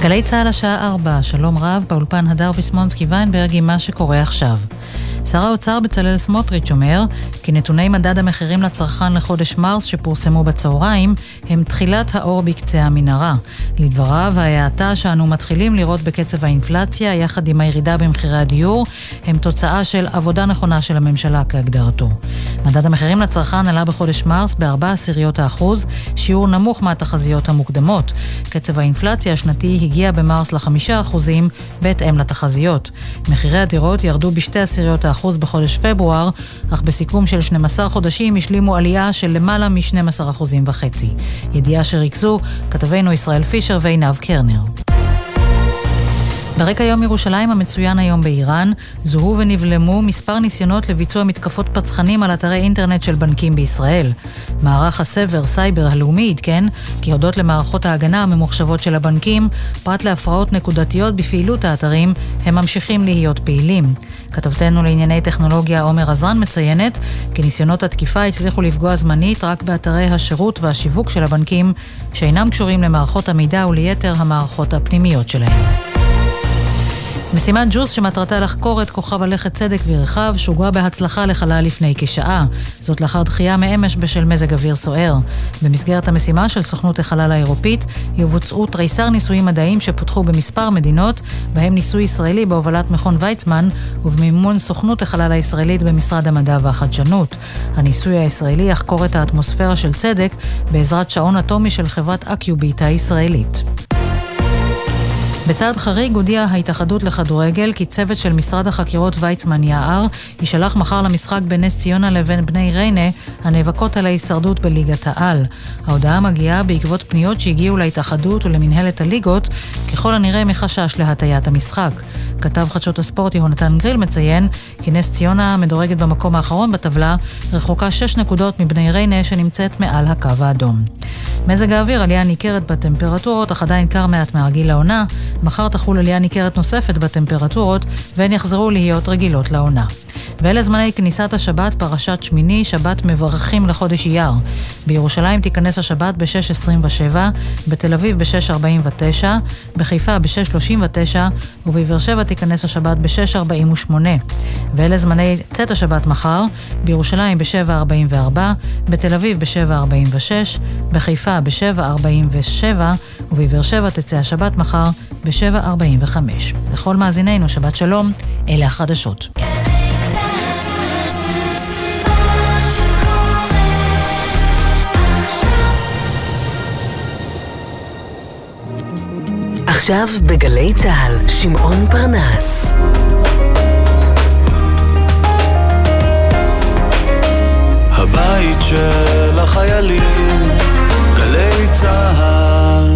גלי צהל השעה 4, שלום רב, באולפן הדר ויסמונסקי ויינברג עם מה שקורה עכשיו. שר האוצר בצלאל סמוטריץ' אומר כי נתוני מדד המחירים לצרכן לחודש מרס שפורסמו בצהריים הם תחילת האור בקצה המנהרה. לדבריו, ההאטה שאנו מתחילים לראות בקצב האינפלציה יחד עם הירידה במחירי הדיור הם תוצאה של עבודה נכונה של הממשלה כהגדרתו. מדד המחירים לצרכן עלה בחודש מרס ב4%, שיעור נמוך מהתחזיות המוקדמות. קצב האינפלציה השנתי הגיע במרס ל5% בהתאם לתחזיות. מחירי הדירות ירדו ב2% בחודש פברואר, אך בסיכום של 12 חודשים השלימו עלייה של למעלה מ12.5%. ידיעה שריכזו כתבנו ישראל פישר ועינב קרנר. ברקע יום ירושלים המצוין היום באיראן, זוהו ונבלמו מספר ניסיונות לביצוע מתקפות פצחנים על אתרי אינטרנט של בנקים בישראל. מערך הסבר סייבר הלאומי עדכן כי הודות למערכות ההגנה הממוחשבות של הבנקים, פרט להפרעות נקודתיות בפעילות האתרים, הם ממשיכים להיות פעילים. כתבתנו לענייני טכנולוגיה עומר עזרן מציינת כי ניסיונות התקיפה הצליחו לפגוע זמנית רק באתרי השירות והשיווק של הבנקים, שאינם קשורים למערכות המידע וליתר המערכות הפנימיות שלהם. משימת ג'וס שמטרתה לחקור את כוכב הלכת צדק ורחב שוגרה בהצלחה לחלל לפני כשעה. זאת לאחר דחייה מאמש בשל מזג אוויר סוער. במסגרת המשימה של סוכנות החלל האירופית יבוצעו תריסר ניסויים מדעיים שפותחו במספר מדינות, בהם ניסוי ישראלי בהובלת מכון ויצמן ובמימון סוכנות החלל הישראלית במשרד המדע והחדשנות. הניסוי הישראלי יחקור את האטמוספירה של צדק בעזרת שעון אטומי של חברת אקיוביט הישראלית. בצעד חריג הודיעה ההתאחדות לכדורגל כי צוות של משרד החקירות ויצמן יער יישלח מחר למשחק בין נס ציונה לבין בני ריינה הנאבקות על ההישרדות בליגת העל. ההודעה מגיעה בעקבות פניות שהגיעו להתאחדות ולמנהלת הליגות, ככל הנראה מחשש להטיית המשחק. כתב חדשות הספורט יהונתן גריל מציין כי נס ציונה מדורגת במקום האחרון בטבלה, רחוקה 6 נקודות מבני ריינה שנמצאת מעל הקו האדום. מזג האוויר, עלייה ניכרת בטמפרטורות, אך עדיין קר מעט מהרגיל לעונה. מחר תחול עלייה ניכרת נוספת בטמפרטורות, והן יחזרו להיות רגילות לעונה. ואלה זמני כניסת השבת, פרשת שמיני, שבת מברכים לחודש אייר. בירושלים תיכנס השבת ב-6:27, בתל אביב ב-6:49, בחיפה ב-6:39, ובבאר שבע תיכנס השבת ב-6:48. ואלה זמני צאת השבת מחר, בירושלים ב-7:44, בתל אביב ב-7:46, בחיפה ב-7:47, ובבאר שבע תצא השבת מחר ב-7:45. לכל מאזינינו שבת שלום, אלה החדשות. עכשיו בגלי צהל, שמעון פרנס. הבית של החיילים, גלי צהל.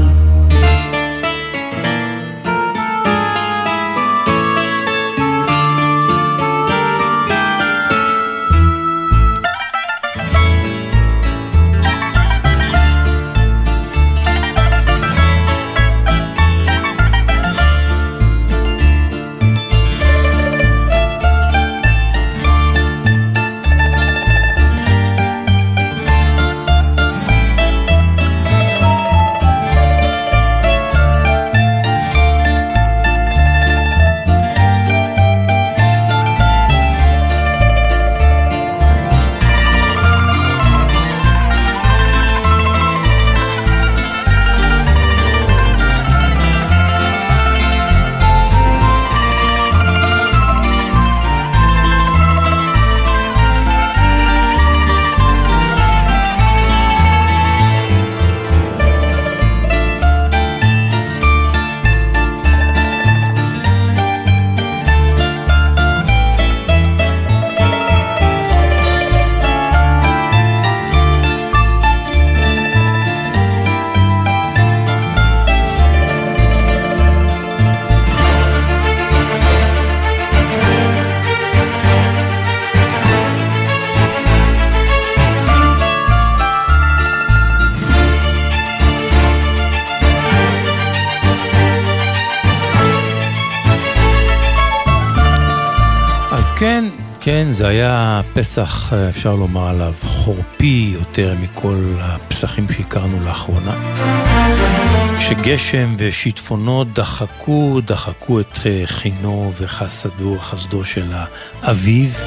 כן, זה היה פסח, אפשר לומר עליו, חורפי יותר מכל הפסחים שהכרנו לאחרונה. כשגשם ושיטפונות דחקו את חינו וחסדו של האביב.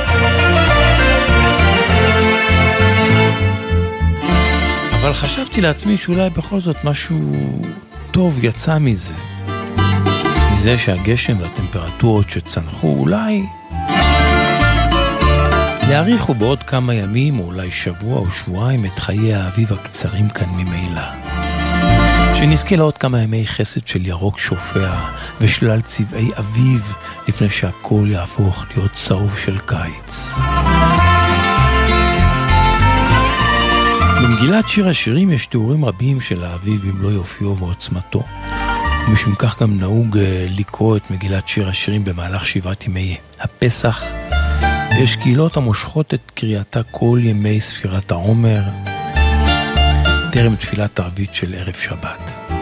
אבל חשבתי לעצמי שאולי בכל זאת משהו טוב יצא מזה. מזה שהגשם והטמפרטורות שצנחו אולי להאריכו בעוד כמה ימים או אולי שבוע או שבועיים את חיי האביב הקצרים כאן ממילא. שנזכה לעוד כמה ימי חסד של ירוק שופע ושלל צבעי אביב לפני שהכל יהפוך להיות צהוב של קיץ. במגילת שיר השירים יש תיאורים רבים של האביב במלוא יופיו ועוצמתו. ומשום כך גם נהוג לקרוא את מגילת שיר השירים במהלך 7 ימי הפסח. יש קהילות המושכות את קריאתה כל ימי ספירת העומר, טרם תפילת ערבית של ערב שבת.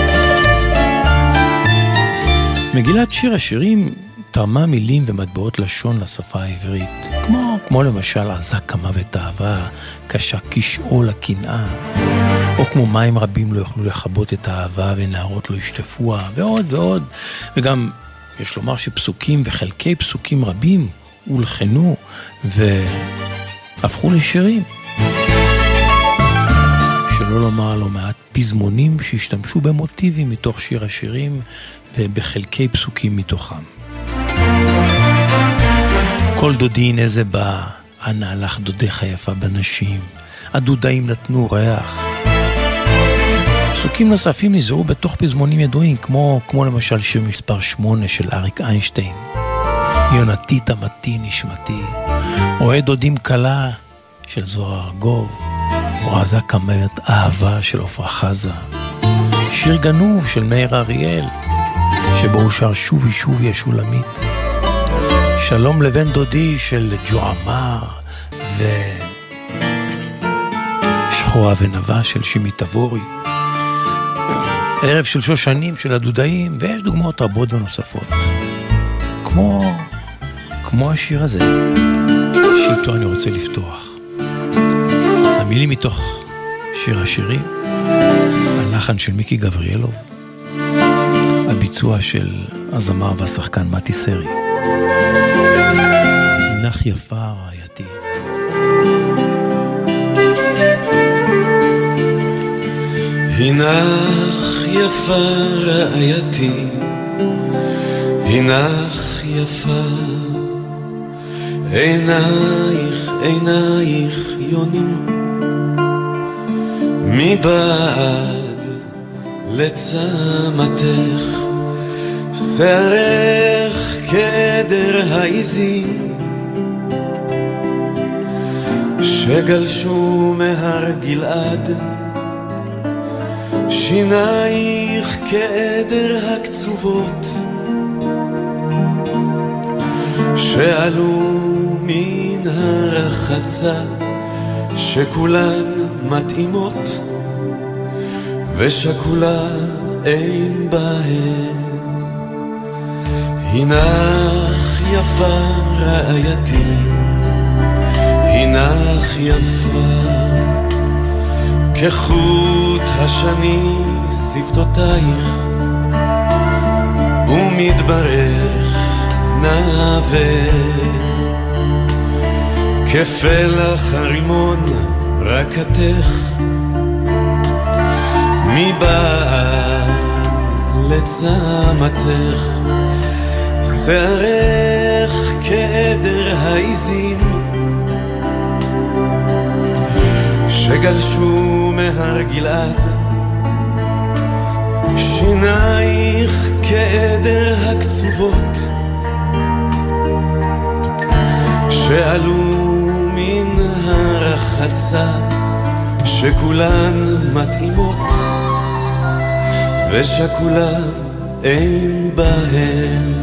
מגילת שיר השירים תרמה מילים ומטבעות לשון לשפה העברית, כמו למשל עזק המוות אהבה, קשה כשאול הקנאה, או כמו מים רבים לא יוכלו לחבות את האהבה ונערות לא ישטפוה, ועוד ועוד. וגם יש לומר שפסוקים וחלקי פסוקים רבים הולחנו והפכו לשירים. שלא לומר לא מעט פזמונים שהשתמשו במוטיבים מתוך שיר השירים ובחלקי פסוקים מתוכם. כל דודי הנה זה בא, אנה הלך דודך היפה בנשים, הדודאים נתנו ריח. פסוקים נוספים נזרו בתוך פזמונים ידועים, כמו למשל שיר מספר 8 של אריק איינשטיין, יונתי תמתי נשמתי, או דודים קלה של זוהר ארגוב, או עזק המוות אהבה של עפרה חזה, שיר גנוב של מאיר אריאל, שבו הוא שר שובי שובי השולמית, שלום לבן דודי של ג'ו עמר, ושחורה ונבה של שימי תבורי, ערב של שושנים של הדודאים, ויש דוגמאות רבות ונוספות. כמו השיר הזה, שאיתו אני רוצה לפתוח. המילים מתוך שיר השירים, הלחן של מיקי גבריאלוב, הביצוע של הזמר והשחקן מתי סרי. הינך יפה רעייתי. הינך יפה רעייתי, הינך יפה, עינייך יונים, מבעד לצמתך, שערך כדר העיזים, שגלשו מהר גלעד, שינייך כעדר הקצובות, שעלו מן הרחצה, שכולן מתאימות ושכולה אין בהן. הינך יפה רעייתי, הינך יפה, כחוט השני שפתותייך, ומתברך נעווה, כפלח הרימון רקתך, מבעד לצמתך, שערך כעדר העיזים, שגלשו מהר גלעד, שינייך כעדר הקצובות, שעלו מן הרחצה, שכולן מתאימות ושכולה אין בהן.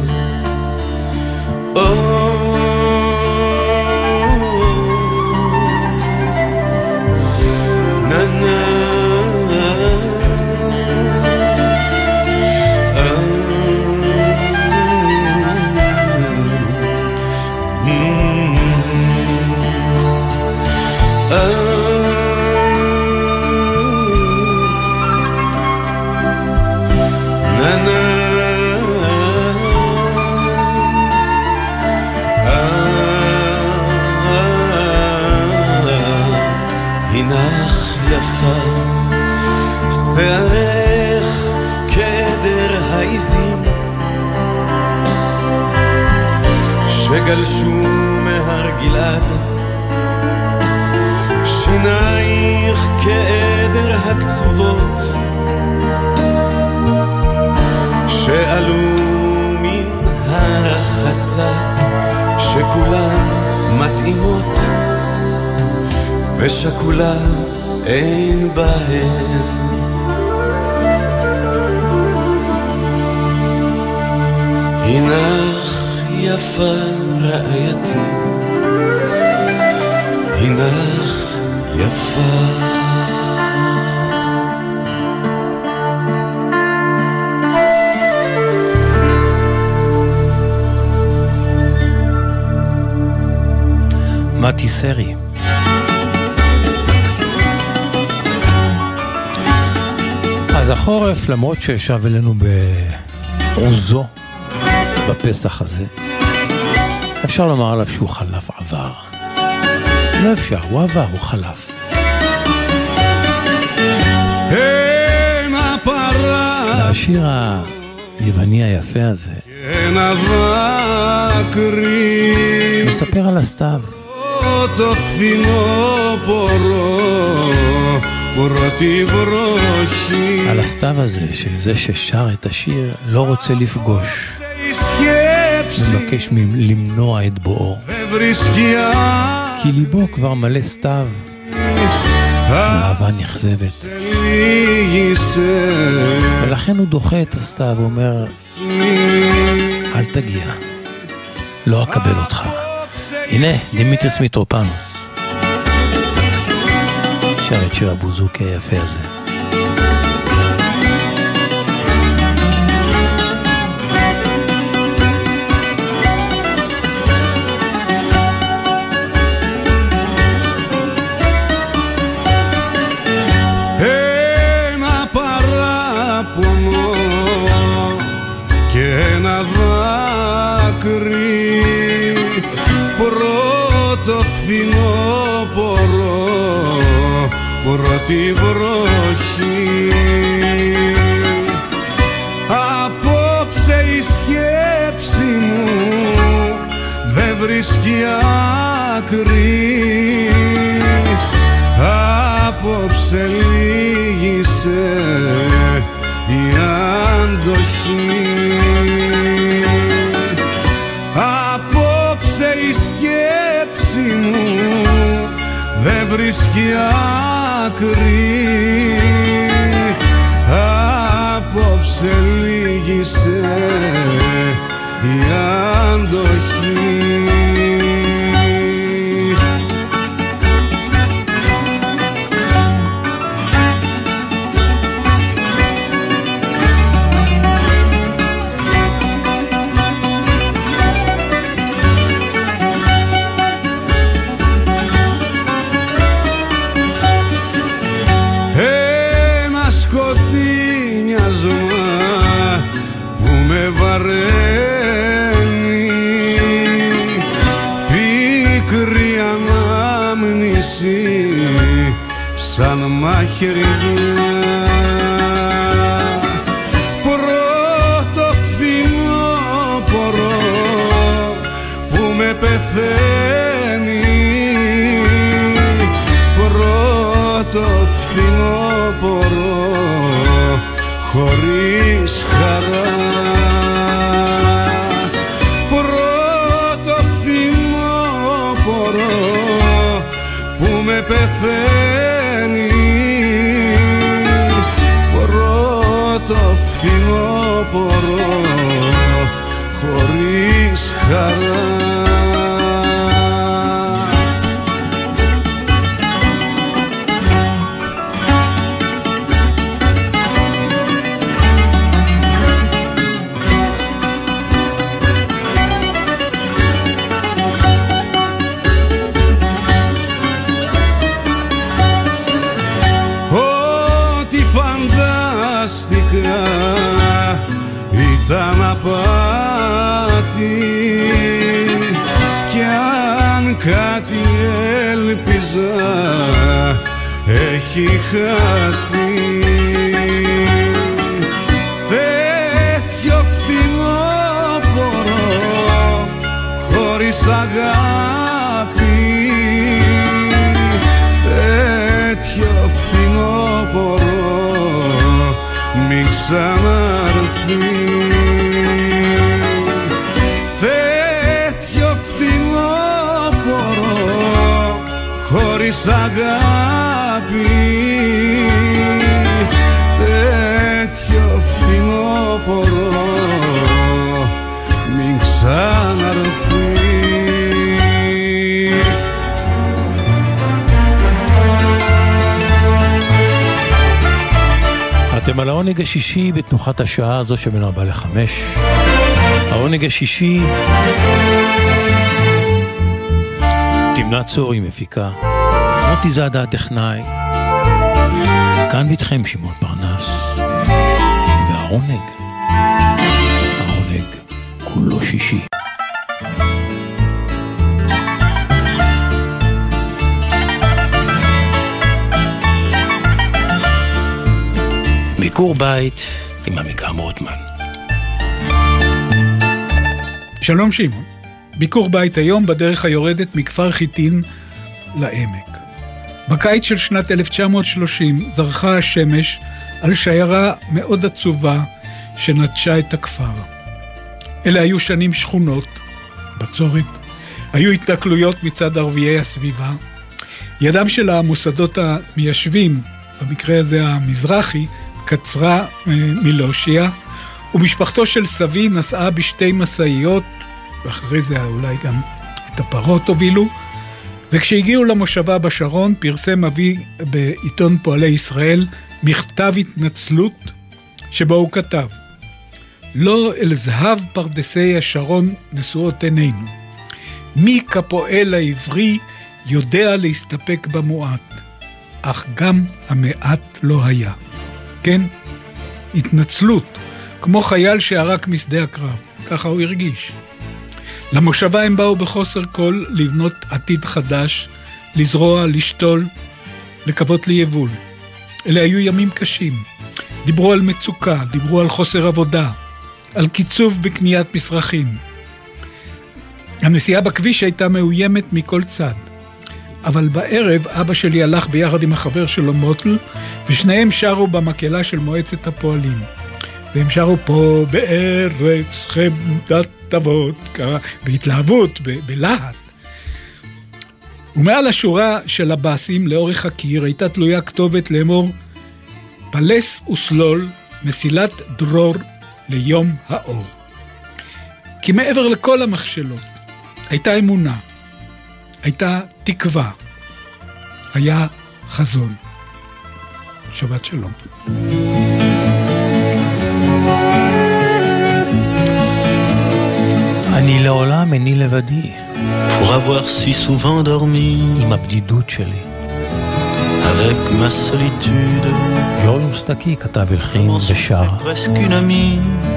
הינך יפה, שערך כעדר העיזים שגלשו מהר גלעד, שינייך כעדר הקצובות שעלו מן הרחצה, שכולן מתאימות ושכולה אין בהן. הינך יפה רעייתי, הינך יפה. מתי סרי. אז החורף, למרות שישב אלינו בעוזו בפסח הזה, אפשר לומר עליו שהוא חלף עבר. לא אפשר, הוא עבר, הוא חלף. השיר היווני היפה הזה מספר על הסתיו, על הסתיו הזה, שזה ששר את השיר לא רוצה לפגוש, מבקש למנוע את בואו, כי ליבו כבר מלא סתיו מאהבה נכזבת, ולכן הוא דוחה את הסתיו ואומר אל תגיע, לא אקבל אותך. הנה דימיטריס מיטרופנוס שר את שיר הבוזוקי היפה הזה. Πρώτη βροχή, απόψε η σκέψη μου δεν βρίσκει άκρη, απόψε λύγησε η αντοχή, απόψε η σκέψη μου δεν βρίσκει άκρη, απόψε λύγησε η αντοχή. Σαν μαχαιριά πρώτο φθινόπωρο που με πεθαίνει, πρώτο φθινόπωρο χωρίς χαρά, πρώτο φθινόπωρο που με πεθαίνει, πρώτο φθινόπωρο χωρίς χαρά. Ήταν απάτη κι αν κάτι έλπιζα έχει χαθεί. Τέτοιο φθινόπωρο χωρίς αγάπη, τέτοιο φθινόπωρο μην ξαναρθεί. Τέτοιο φθινόπωρο χωρίς αγάπη, τέτοιο φθινόπωρο μην ξαναρθεί. אתם על העונג השישי בתנוחת השעה הזו שבין 4 ל-5. העונג השישי, תמנה צורי מפיקה, מוטי זאדה הטכנאי, כאן ואיתכם שמעון פרנס, והעונג כולו שישי. ביקור בית עם עמיקה מורטמן. שלום שמעון. ביקור בית היום בדרך היורדת מכפר חיטין לעמק. בקיץ של שנת 1930 זרחה השמש על שיירה מאוד עצובה שנטשה את הכפר. אלה היו שנים שכונות, בצורת, היו התנכלויות מצד ערביי הסביבה. ידם של המוסדות המיישבים, במקרה הזה המזרחי, קצרה מלהושיע, ומשפחתו של סבי נסעה בשתי מסעיות, ואחרי זה אולי גם את הפרות הובילו, וכשהגיעו למושבה בשרון פרסם אבי בעיתון פועלי ישראל מכתב התנצלות שבו הוא כתב: לא אל זהב פרדסי השרון נשואות עינינו, מי כפועל העברי יודע להסתפק במועט, אך גם המעט לא היה. כן, התנצלות, כמו חייל שערק משדה הקרב, ככה הוא הרגיש. למושבה הם באו בחוסר כל לבנות עתיד חדש, לזרוע, לשתול, לקוות ליבול. אלה היו ימים קשים. דיברו על מצוקה, דיברו על חוסר עבודה, על קיצוב בקניית מסרחים. הנסיעה בכביש הייתה מאוימת מכל צד. אבל בערב אבא שלי הלך ביחד עם החבר שלו מוטל, ושניהם שרו במקהלה של מועצת הפועלים. והם שרו פה בארץ חמדת אבות, בהתלהבות, בלהט. ומעל השורה של הבאסים לאורך הקיר הייתה תלויה כתובת לאמור: פלס וסלול, מסילת דרור ליום האור. כי מעבר לכל המכשלות הייתה אמונה, הייתה תקווה, היה חזון. שבת שלום. אני לעולם איני לבדי. Pour avoir si souvent dormi עם הבדידות שלי. avec ma solitude. ז'ורז' מוסטקי כתב הלחין ושר. Presque une amie,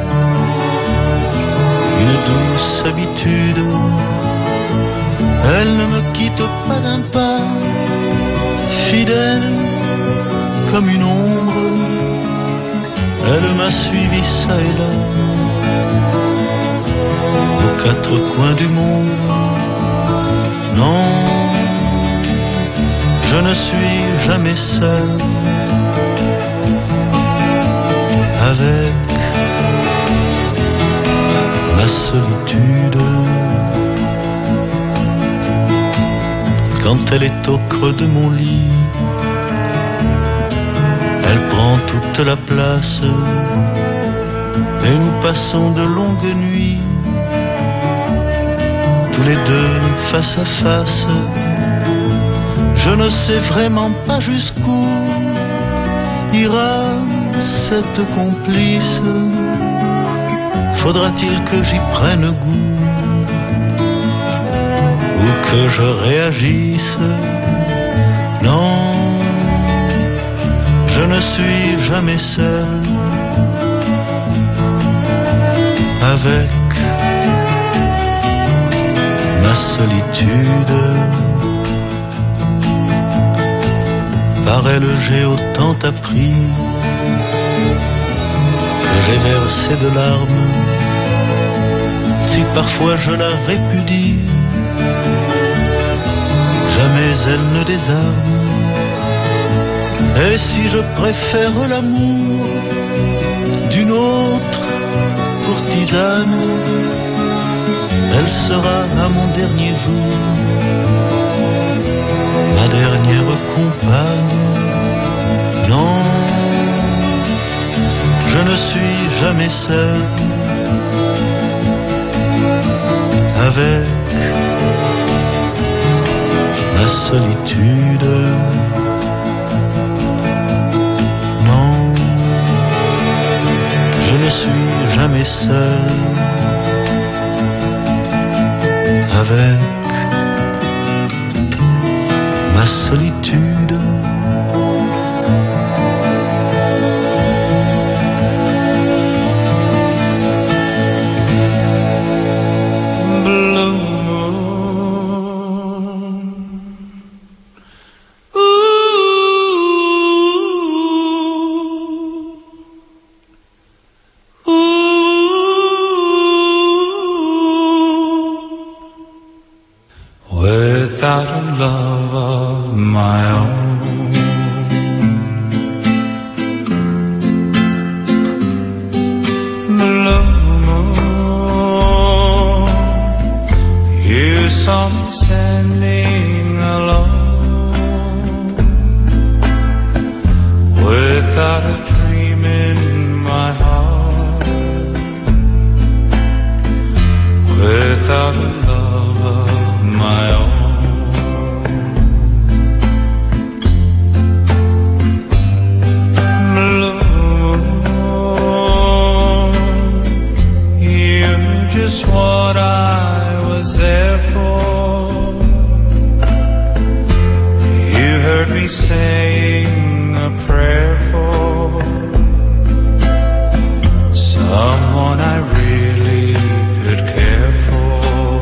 une douce habitude. Elle ne me quitte pas d'un pas, fidèle comme une ombre. Elle m'a suivi ça et là, aux quatre coins du monde. Non, je ne suis jamais seul avec ma solitude. Quand elle est au creux de mon lit, elle prend toute la place et nous passons de longues nuits, tous les deux face à face. Je ne sais vraiment pas jusqu'où ira cette complice. Faudra-t-il que j'y prenne goût ou que je réagisse? Non, je ne suis jamais seul avec ma solitude. Par elle j'ai autant appris que j'ai versé de larmes. Si parfois je la répudie, jamais elle ne désarme. Et si je préfère l'amour d'une autre courtisane, elle sera à mon dernier jour ma dernière compagne. Non, je ne suis jamais seul avec ma solitude. Non, je ne suis jamais seul avec ma solitude. Without a love of my own, blue moon, you saw me standing alone, without a dream in my heart, without a love of my own. Just what I was there for. You heard me saying a prayer for someone I really could care for.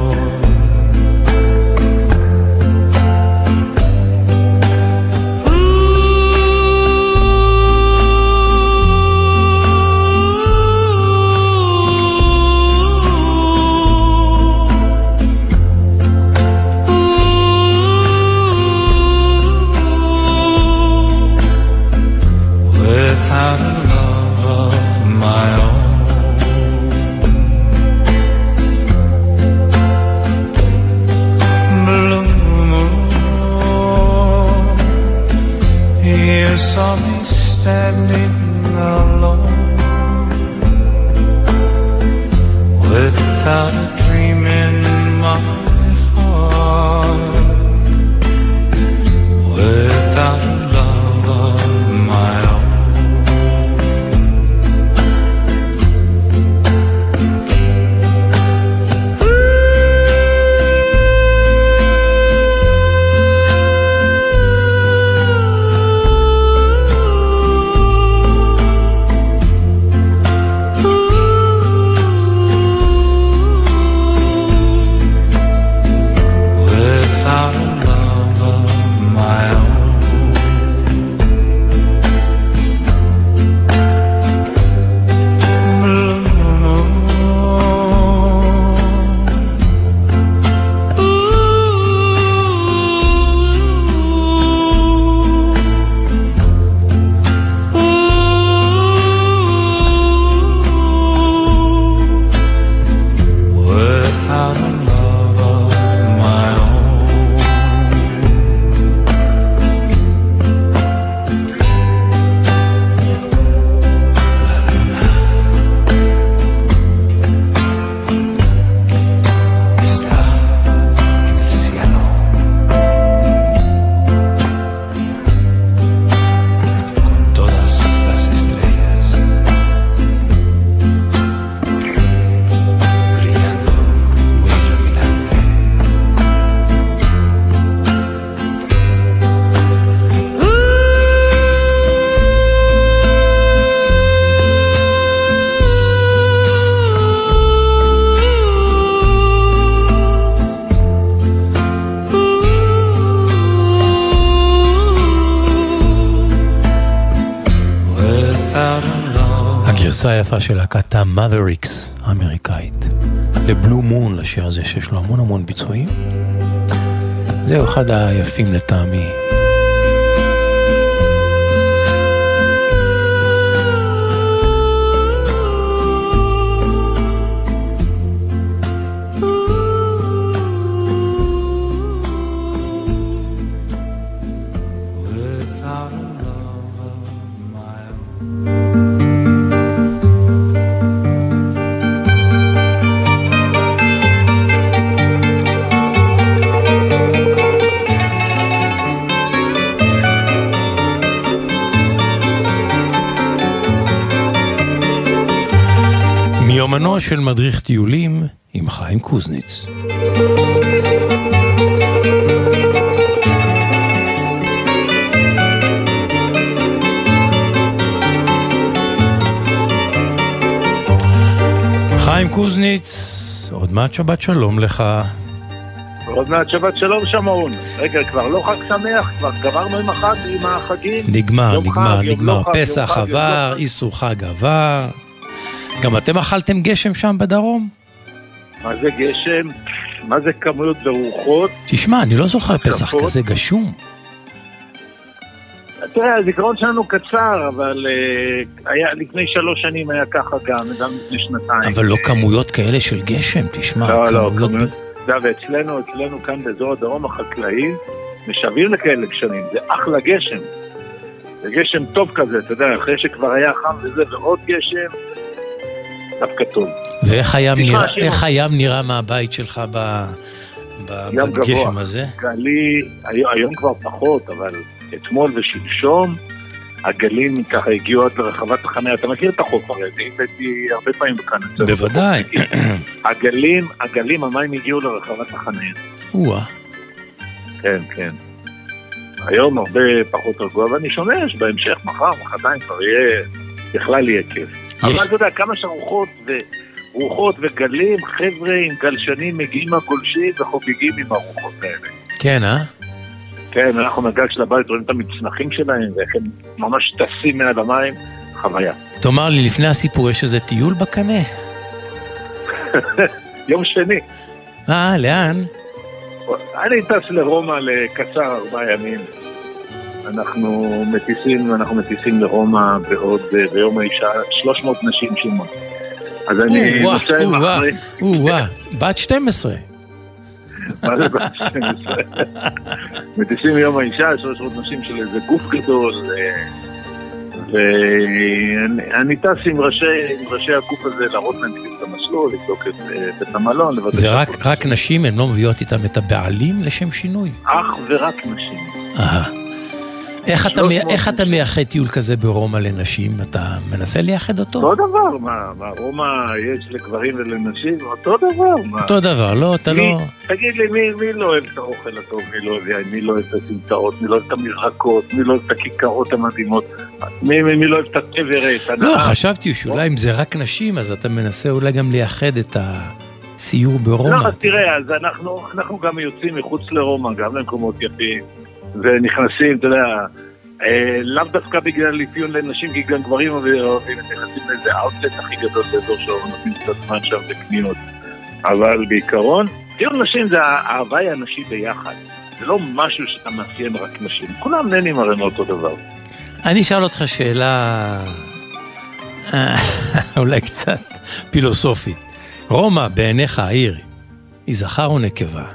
Without a love of my own, blue moon, you saw me standing alone, without a dream in my heart, without a love of my own. Without a love of my own. Blue moon, without a love of my own. גרסה יפה של להקת המאבריקס האמריקאית לבלו מון, לשיר הזה שיש לו המון המון ביצועים. זהו אחד היפים לטעמי. מיומנו של מדריך טיולים עם חיים קוזניץ. חיים קוזניץ, עוד מעט שבת שלום לך. עוד מעט שבת שלום שמעון. רגע, כבר לא חג שמח, כבר גמרנו עם החג, עם החגים. נגמר. פסח עבר, איסור חג עבר. גם אתם אכלתם גשם שם בדרום? מה זה גשם? מה זה כמויות ורוחות? תשמע, אני לא זוכר פסח כזה גשום. תראה, הזיכרון שלנו קצר, אבל היה לפני 3 שנים היה ככה גם לפני 2 אבל לא כמויות כאלה של גשם, תשמע. לא, כמויות. ואצלנו כאן באזור הדרום החקלאי, משווים לכאלה גשמים, זה אחלה גשם. זה גשם טוב כזה, אתה יודע, אחרי שכבר היה חם וזה, ועוד גשם, דווקא טוב. ואיך הים נראה מהבית שלך בגשם הזה? היום כבר פחות, אבל אתמול ושלשום, הגלים ככה הגיעו עד לרחבת החניה. אתה מכיר את החוף הרי? הייתי הרבה פעמים בכאן. בוודאי. הגלים, המים הגיעו לרחבת החניה. כן. היום הרבה פחות רגוע, ואני שומע שבהמשך מחר, מחרתיים כבר בכלל יהיה כיף. אבל אתה יודע, כמה שרוחות וגלים, חבר'ה עם גלשנים מגיעים הגולשים וחוגגים עם הרוחות האלה. כן, כן, אנחנו מהגג של הבית רואים את המצנחים שלהם, ואיך הם ממש טסים מעל המים, חוויה. תאמר לי, לפני הסיפור יש איזה טיול בקנה? יום שני. לאן? אני טס לרומא לקצר 4 ימים. אנחנו מטיסים לרומא ביום האישה 300 נשים שמות. אז אני נוסע עם אחרי... בת 12. מה זה בת 12? מטיסים יום האישה 300 נשים של איזה גוף גדול, ואני טס עם ראשי הגוף הזה להראות להם את המסלול, לבדוק את המלון. זה רק נשים? הן לא מביאות איתם את הבעלים לשם שינוי? אך ורק נשים. איך אתה מייחד טיול כזה ברומא לנשים? אתה מנסה לייחד אותו? אותו דבר, מה רומא יש לגברים ולנשים? אותו דבר. אותו דבר, לא, אתה לא... תגיד לי, מי לא אוהב את האוכל הטוב? מי לא אוהב את הסמטאות? מי לא אוהב את המרחקות? מי לא אוהב את הכיכרות המדהימות? מי לא אוהב את הטברת? לא, חשבתי שאולי אם זה רק נשים, אז אתה מנסה אולי גם לייחד את הסיור ברומא. לא, תראה, אז אנחנו גם יוצאים מחוץ לרומא, גם למקומות יפים. ונכנסים, אתה יודע, לאו דווקא בגלל אפיון לנשים, כי גם גברים אוהבים, נכנסים לאיזה אאוטלט הכי גדול באזור שאנחנו נותנים קצת זמן שם בקניות. אבל בעיקרון, טיול נשים זה ההוואי הנשי ביחד. זה לא משהו שאתה מאפיין רק נשים. כולם נהנים הרי מאותו דבר. אני אשאל אותך שאלה אולי קצת פילוסופית. רומא בעיניך העיר, היא זכר או נקבה?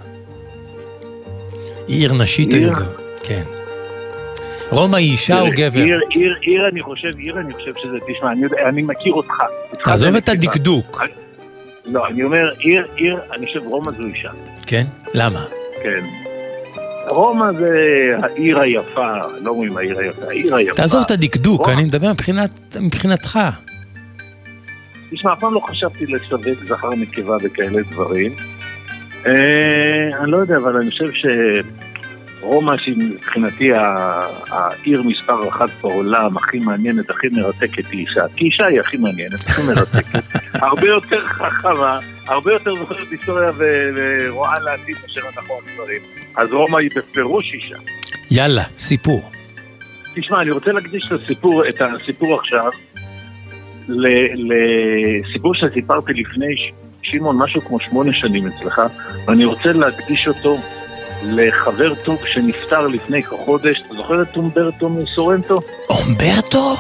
עיר נשית או גבר? כן. רומא היא אישה או גבר? עיר אני חושב שזה, תשמע, אני מכיר אותך. תעזוב את הדקדוק. לא, אני אומר, עיר, אני חושב רומא זו אישה. כן? למה? כן. רומא זה העיר היפה, לא אומרים העיר היפה, העיר היפה. תעזוב את הדקדוק, אני מדבר מבחינתך. תשמע, אף פעם לא חשבתי לסווג זכר נקבה בכאלה דברים. אני לא יודע, אבל אני חושב שרומא שמבחינתי העיר מספר 1 בעולם, הכי מעניינת, הכי מרתקת היא אישה. כי אישה היא הכי מעניינת, הכי מרתקת. הרבה יותר חכמה, הרבה יותר זוכרת היסטוריה ורואה לעתיד אשר אנחנו דברים. אז רומא היא בפירוש אישה. יאללה, סיפור. תשמע, אני רוצה להקדיש את הסיפור עכשיו לסיפור שסיפרתי לפני שמעון, משהו כמו 8 שנים אצלך, ואני רוצה להקדיש אותו לחבר טוב שנפטר לפני כחודש. אתה זוכר את אומברטו מסורנטו? אומברטו?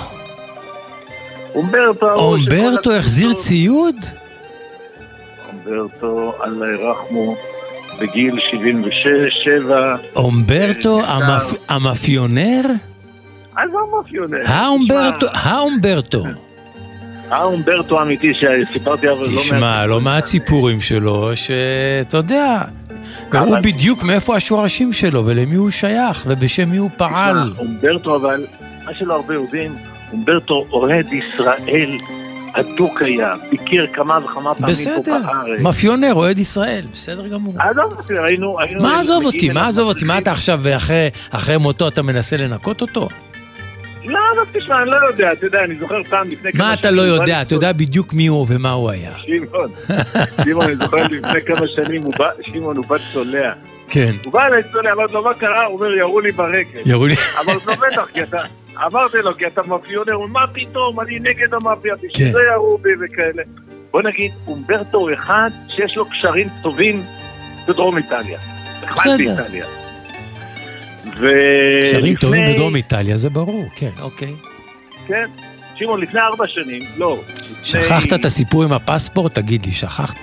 אומברטו החזיר ציוד? אומברטו, אללה ירחמו, בגיל 76-7. אומברטו המאפיונר? אז המאפיונר. האומברטו האמיתי שסיפרתי אבל לא מעט. תשמע, לא מעט סיפורים שלו, שאתה יודע, הוא בדיוק מאיפה השורשים שלו ולמי הוא שייך ובשם מי הוא פעל. אומברטו, אבל מה שלא הרבה יודעים, אומברטו אוהד ישראל הדוק היה, ביקר כמה וכמה פעמים פה בארץ. בסדר, מאפיונר, אוהד ישראל, בסדר גמור. מה עזוב אותי, מה אתה עכשיו אחרי מותו אתה מנסה לנקות אותו? לא, תשמע, אני לא יודע, אתה יודע, אני זוכר פעם לפני כמה... מה אתה לא יודע? אתה יודע בדיוק מי הוא ומה הוא היה. שמעון, אני זוכר לפני כמה שנים, שמעון הוא בא צולע. כן. הוא בא אליי צולע, אמרתי לו, מה קרה? הוא אומר, ירו לי ברגל. אמרתי לו, בטח, כי אתה... אמרתי לו, כי אתה מאפיונר, מה פתאום, אני נגד המאפיה, שזה ירו בי וכאלה. בוא נגיד, אומברטו הוא אחד שיש לו קשרים טובים בדרום איטליה. בכלל באיטליה. קשרים טובים בדרום איטליה, זה ברור, כן, אוקיי. כן, שמעון, לפני 4 שנים, לא. שכחת את הסיפור עם הפספורט? תגיד לי, שכחת?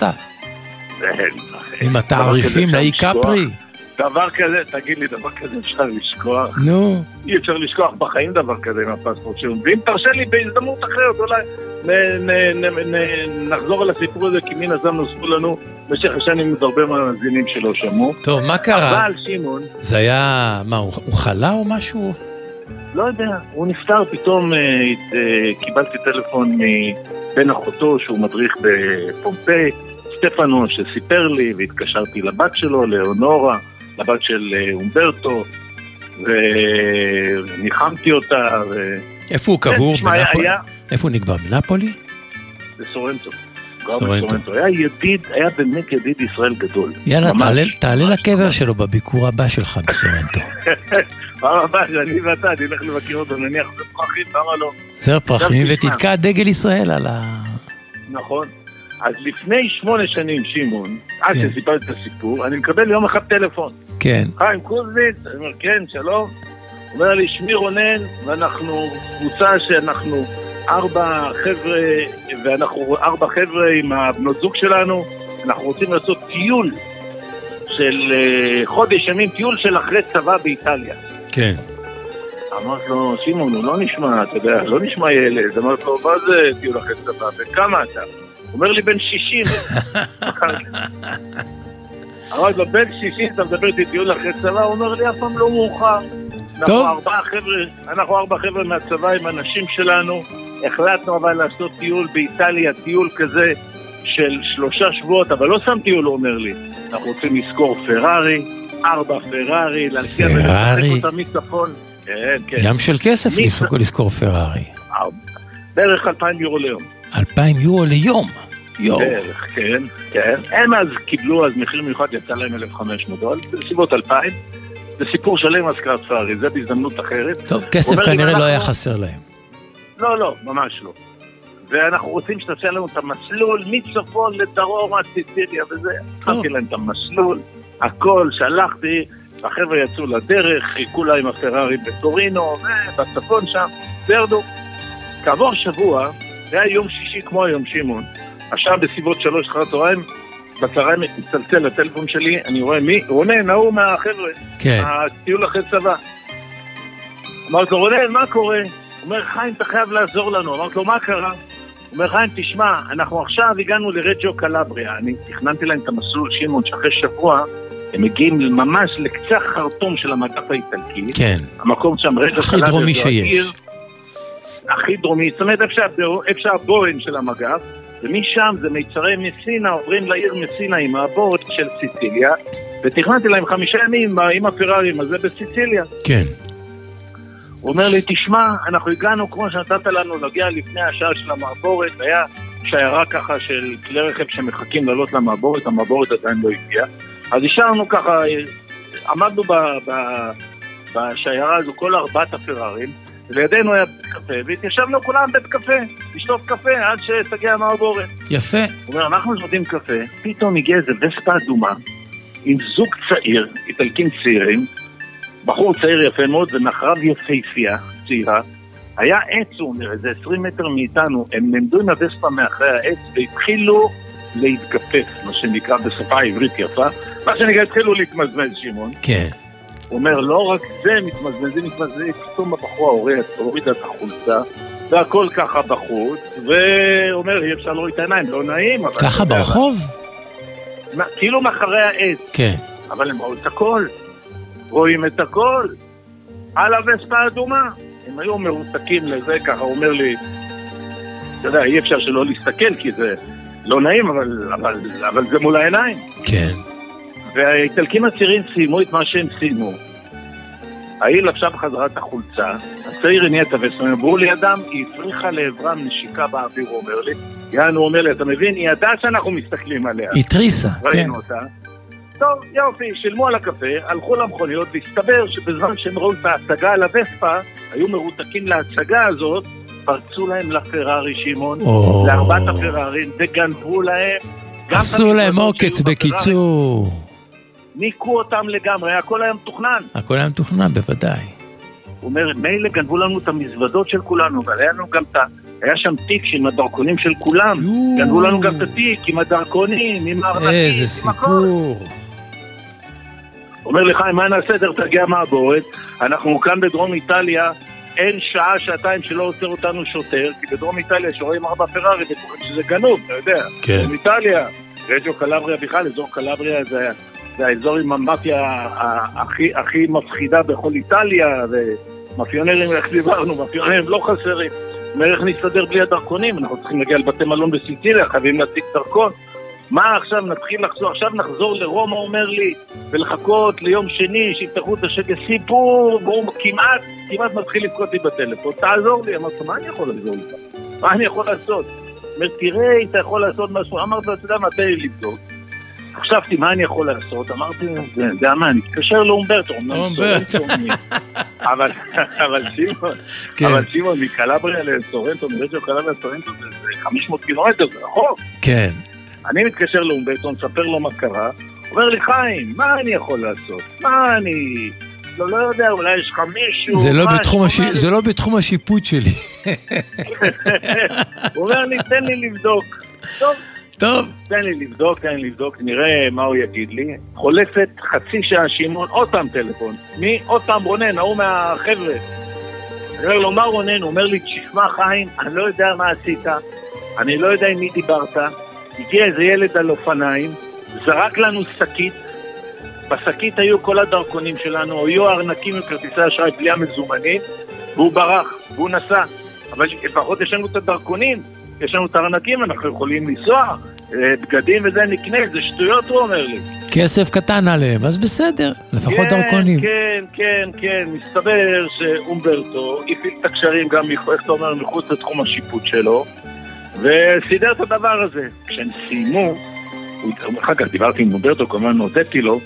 עם התעריפים לאי קפרי? דבר כזה, תגיד לי, דבר כזה אפשר לשכוח? נו. אי אפשר לשכוח בחיים דבר כזה עם הפספורט שלנו. ואם תרשה לי בהזדמנות אחרת, אולי נחזור על הסיפור הזה, כי מן הזמן נוספו לנו במשך השנים עוד הרבה מאזינים שלא שמעו. טוב, מה קרה? אבל שמעון... זה היה... מה, הוא חלה או משהו? לא יודע, הוא נפטר, פתאום קיבלתי טלפון מבן אחותו שהוא מדריך בפומפיי, סטפנו, שסיפר לי, והתקשרתי לבת שלו, לאונורה, לבת של אומברטו, וניחמתי אותה. איפה הוא קבור? איפה הוא נקבר? בנפולי? בסורנטו. היה באמת ידיד ישראל גדול. יאללה, תעלה לקבר שלו בביקור הבא שלך בסורנטו. פעם הבא, שאני ואתה, אני הולך לבקר אותו, נניח זר פרחים, למה לא? זר פרחים ותתקע דגל ישראל על ה... נכון. אז לפני 8 שנים, שמעון, עד שסיפרתי את הסיפור, אני מקבל יום אחד טלפון. כן. חיים קוזניץ, אני אומר, כן, שלום. הוא אומר לי, שמי רונן, ואנחנו קבוצה שאנחנו 4 חבר'ה, ואנחנו 4 חבר'ה עם הבנות זוג שלנו, אנחנו רוצים לעשות טיול של חודש ימים, טיול של אחרי צבא באיטליה. כן. אמרת לו, שמעון, הוא לא נשמע, אתה יודע, לא נשמע ילד. אמרת לו, מה זה טיול אחרי צבא? וכמה אתה? הוא אומר לי, בן 60. אמרת לו, בן 60, אתה מדבר איתי טיול אחרי צבא? הוא אומר לי, אף פעם לא מאוחר. אנחנו 4 חבר'ה מהצבא עם אנשים שלנו, החלטנו אבל לעשות טיול באיטליה, טיול כזה של 3 שבועות, אבל לא שם טיול, הוא אומר לי. אנחנו רוצים לזכור פרארי, 4 פרארי, להלקיע ולשחק אותה מצפון. כן, כן. ים של כסף לזכור פרארי. בערך 2,000 יורו ליום. 2,000 יורו ליום? בערך, כן, כן. הם אז קיבלו, אז מחיר מיוחד יצא להם $1,500, בסביבות 2,000. זה סיפור שלם הזכרת פרארי, זה בהזדמנות אחרת. טוב, כסף כנראה לא היה חסר להם. לא, ממש לא. ואנחנו רוצים שתעשה לנו את המסלול מצפון לדרום עד סיציליה וזה. התחלתי להם את המסלול, הכל, שלחתי, החבר'ה יצאו לדרך, חיכו לה עם הפרארי בטורינו, ובצפון שם, וירדו. כעבור שבוע, זה היה יום שישי כמו היום שמעון, עכשיו בסביבות 3 אחר הצהריים, בצהריים מצלצל לטלפון שלי, אני רואה מי? רונן, ההוא מהחבר'ה, כן. הטיול אחרי צבא. אמרתי לו, רונן, מה קורה? הוא אומר, חיים, אתה חייב לעזור לנו. אמרתי לו, מה קרה? הוא אומר, חיים, תשמע, אנחנו עכשיו הגענו לרג'יו קלבריה, אני תכננתי להם את המסלול שמעון, שאחרי שבוע, הם מגיעים ממש לקצה חרטום של המגף האיטלקי. כן. המקום שם רג'יו קלבריה. הכי דרומי שיש. הכי דרומי, זאת אומרת, אפשר הבוהן של המגף, ומשם זה מיצרי מסינה, עוברים לעיר מסינה עם הבוהן של סיציליה, ותכננתי להם 5 ימים עם הפרארים, אז זה בסיציליה. כן. הוא אומר לי, תשמע, אנחנו הגענו כמו שנתת לנו, נגיע לפני השעה של המעבורת, היה שיירה ככה של כלי רכב שמחכים לעלות למעבורת, המעבורת עדיין לא הגיעה, אז השארנו ככה, עמדנו בשיירה הזו כל 4 הפרארים, לידינו היה בית קפה, והתיישבנו כולם בית קפה, לשתות קפה עד שתגיע המעבורת. יפה. הוא אומר, אנחנו שותים קפה, פתאום הגיע איזה וספה אדומה, עם זוג צעיר, איטלקים צעירים, בחור צעיר יפה מאוד, ומאחריו יפהפייה, צעירה, היה עץ, הוא אומר, איזה 20 מטר מאיתנו, הם נמדו עם הווספה מאחרי העץ, והתחילו להתגפף, מה שנקרא בשפה העברית יפה, מה שנקרא התחילו להתמזמז, שמעון. כן. הוא אומר, לא רק זה מתמזמזים, פתאום הבחור הוריד את החולצה, והכל ככה בחוץ, ואומר, אי אפשר להוריד את העיניים, לא נעים. ככה ברחוב? כאילו מאחרי העץ. כן. אבל הם ראו את הכל, רואים את הכל, על הווספה האדומה. הם היו מרותקים לזה, ככה הוא אומר לי, אתה יודע, אי אפשר שלא להסתכל, כי זה לא נעים, אבל זה מול העיניים. כן. והאיטלקים הצעירים סיימו את מה שהם סיימו. ההיא לבשה בחזרה את החולצה, הצעיר הניע את הווספה, הם עברו לידם, היא הפריחה לעברם נשיקה באוויר, הוא אומר לי. יענו אומר לי, אתה מבין, היא ידעה שאנחנו מסתכלים עליה. היא תריסה, כן. אותה. טוב, יופי, שילמו על הקפה, הלכו למכוניות, והסתבר שבזמן שהם ראו את ההצגה על הווספה, היו מרותקים להצגה הזאת, פרצו להם לפרארי, שמעון, לארבעת הפרארים, וגנבו להם. עשו להם עוקץ בקיצור. ניקו אותם לגמרי, הכל היה מתוכנן. הכל היה מתוכנן, בוודאי. הוא אומר, מילא גנבו לנו את המזוודות של כולנו, אבל היה לנו גם היה שם תיק עם הדרכונים של כולם. גנבו לנו גם את התיק עם הדרכונים, עם הארנקים. איזה סיפור. אומר לך, מה נעשה? תגיע מעבורת. אנחנו כאן בדרום איטליה, אין שעה, שעתיים שלא עוצר אותנו שוטר, כי בדרום איטליה שרואים 4 פרארי, בטוחים שזה גנוב, אתה יודע. כן. בדרום איטליה, רג'ו קלבריה בכלל, אזור קלבריה זה האזור עם המאפיה הכי מפחידה בכל איטליה, ומאפיונרים, איך דיברנו, מאפיונרים לא חסרים. איך נסתדר בלי הדרכונים? אנחנו צריכים להגיע לבתי מלון בסיציליה, חייבים להציג דרכון. מה עכשיו נתחיל לחזור? עכשיו נחזור לרומא, אומר לי, ולחכות ליום שני שיפתחו את השקל. סיפור, והוא כמעט מתחיל לבכות לי בטלפון. תעזור לי. אמרתי, מה אני יכול לעזור לך? מה אני יכול לעשות? אומר, תראה, אתה יכול לעשות משהו. אמרתי, אתה יודע מה, תן לי לבדוק. חשבתי, מה אני יכול לעשות? אמרתי, זה מה, אני אתקשר לאומברטו. אבל שמעון, מקלבריה לסורנטו, מרג'ו קלבריה לסורנטו, זה 500 קילומטר, זה רחוק. כן. אני מתקשר לאומברטו, נספר לו מה קרה, אומר לי, חיים, מה אני יכול לעשות? מה אני... לא יודע, אולי יש לך מישהו... זה לא בתחום השיפוט שלי. הוא אומר לי, תן לי לבדוק. טוב. תן לי לבדוק, נראה מה הוא יגיד לי. חולפת חצי שעה, שמעון, עוד פעם טלפון. מי? עוד פעם רונן, ההוא מהחבר'ה. אני אומר לו, מה רונן? הוא אומר לי, תשמע חיים, אני לא יודע מה עשית, אני לא יודע עם מי דיברת, הגיע איזה ילד על אופניים, זרק לנו שקית, בשקית היו כל הדרכונים שלנו, היו הארנקים עם כרטיסי אשראי בלי המזומנים, והוא ברח, והוא נסע. אבל לפחות יש לנו את הדרכונים, יש לנו את הארנקים, אנחנו יכולים לנסוע, בגדים וזה נקנה, זה שטויות, הוא אומר לי. כסף קטן עליהם, אז בסדר, לפחות דרכונים. כן, מסתבר שאומברטו הפעיל את הקשרים גם, איך אתה אומר, מחוץ לתחום השיפוט שלו, וסידר את הדבר הזה. כשהם סיימו, אחר כך דיברתי עם אומברטו, כמובן נודדתי לו,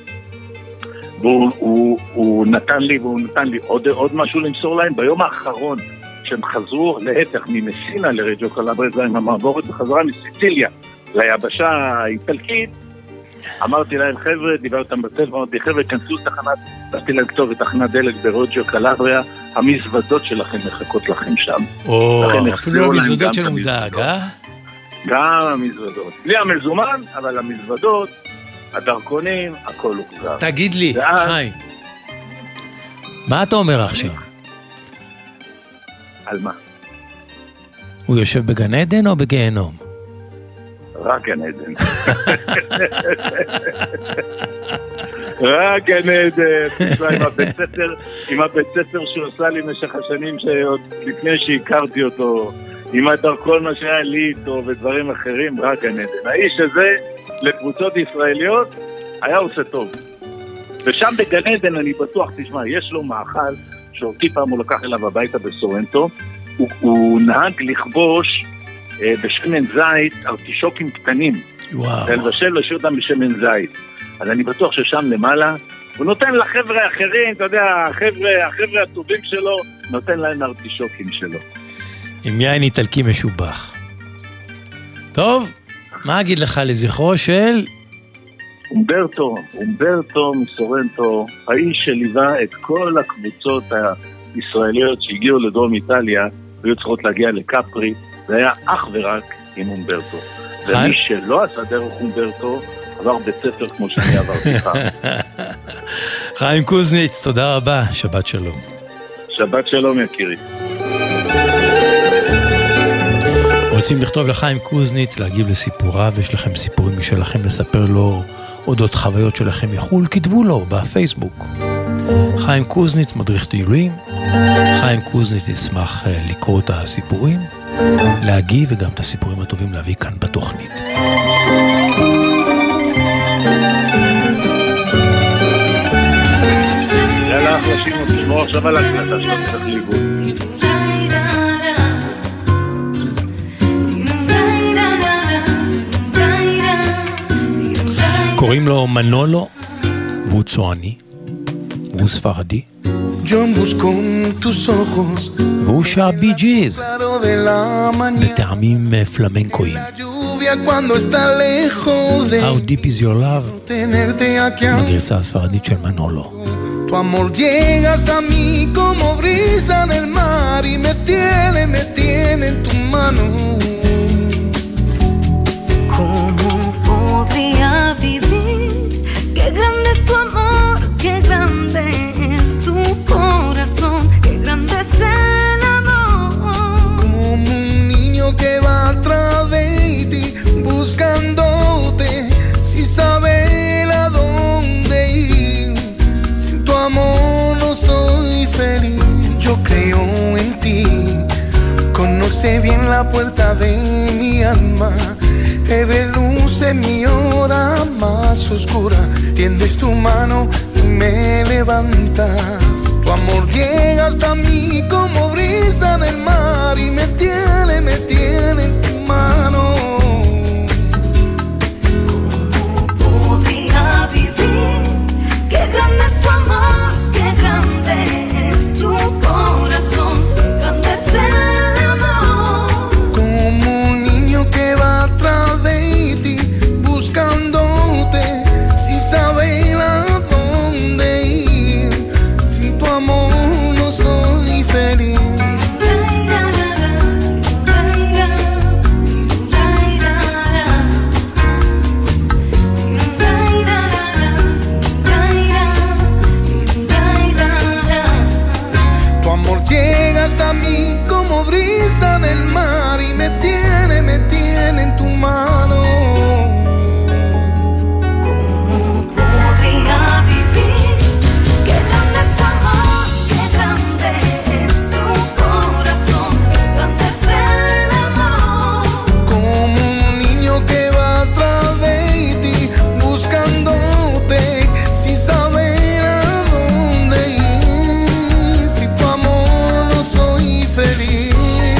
והוא נתן לי עוד משהו למסור להם. ביום האחרון, כשהם חזרו להפך ממסינה לרג'ו קלבריה, עם המעבורת בחזרה מסיציליה ליבשה האיטלקית, אמרתי להם, חבר'ה, דיברתם בטלפון, אמרתי, חבר'ה, כנסו לתחנת, באתי להם כתוב תחנת דלק ברג'ו קלבריה, המזוודות שלכם מחכות לכם שם. אפילו המזוודות של מודאג, גם המזוודות. בלי המזומן, אבל המזוודות, הדרכונים, הכל הוחזר. תגיד לי, חיים, מה אתה אומר עכשיו? על מה? הוא יושב בגן עדן או בגיהנום? רק גן עדן. רק גן עדן. עם הבית ספר שהוא עושה לי במשך השנים שעוד לפני שהכרתי אותו, עם הדרכון מה שהיה לי איתו ודברים אחרים, רק גן עדן. האיש הזה לקבוצות ישראליות היה עושה טוב. ושם בגן עדן אני בטוח, תשמע, יש לו מאכל שאותי פעם הוא לקח אליו הביתה בסורנטו, הוא נהג לכבוש בשמן זית ארטישוקים קטנים. וואו. ולבשל לשיר אותם בשמן זית. אז אני בטוח ששם למעלה הוא נותן לחבר'ה האחרים, אתה יודע, החבר'ה הטובים שלו, נותן להם ארטישוקים שלו. עם יין איטלקי משובח. טוב, מה אגיד לך לזכרו של... אומברטו מסורנטו, האיש שליווה את כל הקבוצות הישראליות שהגיעו לדרום איטליה, והיו צריכות להגיע לקפרי, זה היה אך ורק עם אומברטו. ומי שלא עשה דרך אומברטו, עבר בית ספר כמו שאני עברתי לך. חיים קוזניץ, תודה רבה, שבת שלום. שבת שלום יקירי. רוצים לכתוב לחיים קוזניץ, להגיב לסיפוריו, יש לכם סיפורים משלכם לספר לו אודות חוויות שלכם מחול, כתבו לו בפייסבוק. חיים קוזניץ, מדריך טיולים. חיים קוזניץ ישמח לקרוא את הסיפורים, להגיב וגם את הסיפורים הטובים להביא כאן בתוכנית. יאללה, אנחנו עושים אותנו עכשיו על הקלטה שלנו, צריך ליווי. קוראים לו מנולו, והוא צועני, והוא ספרדי, והוא שר בי ג'יז בטעמים פלמנקויים. How deep is your love? בגרסה הספרדית של מנולו. Tu amor llega hasta mí como brisa del mar y me tiene en tu mano. ¿Cómo podría vivir? Qué grande es tu amor, qué grande es tu corazón, qué grande es el amor. Como un niño que va atrás de ti buscándote sin saber a dónde ir. Sin tu amor no soy feliz. Yo creo en ti, conoce bien la puerta de mi alma. Eres luz en mi hora más oscura. Tiendes tu mano y me levantas. Tu amor llega hasta mí como brisa del mar y me tiene en tu mano. ¿Cómo podría vivir? Qué grande es tu amor, qué grande es tu corazón, qué grande es el amor. Como un niño que va atrás de ti buscándote sin saber a dónde ir. Sin tu amor no soy feliz. Tu amor llega hasta mí como brisa del mar y me tiene en tu mano. ¿Cómo podría vivir? Qué grande es tu amor, qué grande es tu corazón, qué grande es el amor. Como un niño que va atrás de ti buscándote sin saber a dónde ir. Sin tu amor no soy feliz.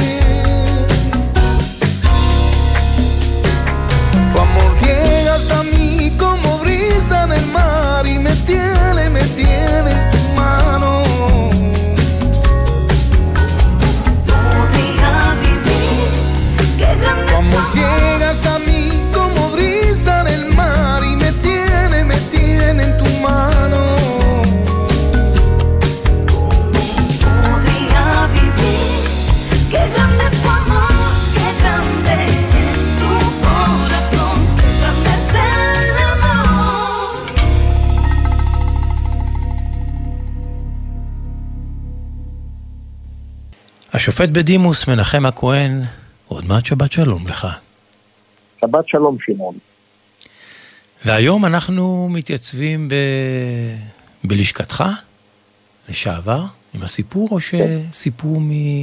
Tu amor llega hasta mí como brisa del mar y me tiene en tu mano. Podría vivir, qué grande Tu es tu amor amor. llega hasta mí como brisa del mar y me tiene en tu mano. Podría vivir, qué grande es tu amor, qué grande es tu corazón, qué grande es el amor. השופט בדימוס מנחם הכהן, עוד מעט שבת שלום לך. שבת שלום שמעון. והיום אנחנו מתייצבים בלשכתך, לשעבר, עם הסיפור, או שסיפור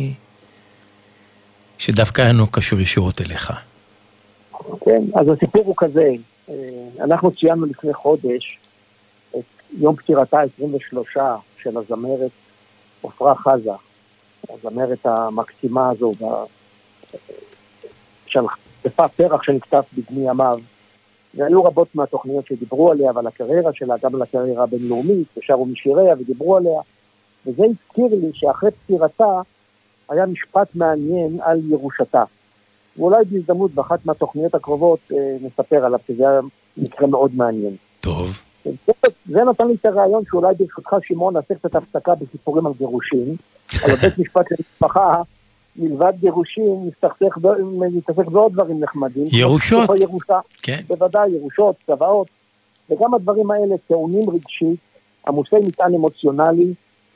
שדווקא אינו קשור ישירות אליך? כן, אז הסיפור הוא כזה, אנחנו ציינו לפני חודש את יום פטירתה 23 של הזמרת עפרה חזה, הזמרת המקסימה הזו, של פרח שנכתב בבני ימיו, והיו רבות מהתוכניות שדיברו עליה, ועל הקריירה שלה, גם על הקריירה הבינלאומית, ושרו משיריה ודיברו עליה, וזה הזכיר לי שאחרי פטירתה, היה משפט מעניין על ירושתה. ואולי בהזדמנות באחת מהתוכניות הקרובות נספר עליו, שזה היה מקרה מאוד מעניין. טוב. זה נתן לי את הרעיון שאולי ברשותך שמעון נעשה קצת הפסקה בסיפורים על גירושים, על בית משפט למשפחה, מלבד גירושים, נתעסק בעוד דברים נחמדים. ירושות. ירושה, כן. בוודאי, ירושות, צוואות, וגם הדברים האלה טעונים רגשית, עמוסי מטען אמוציונלי,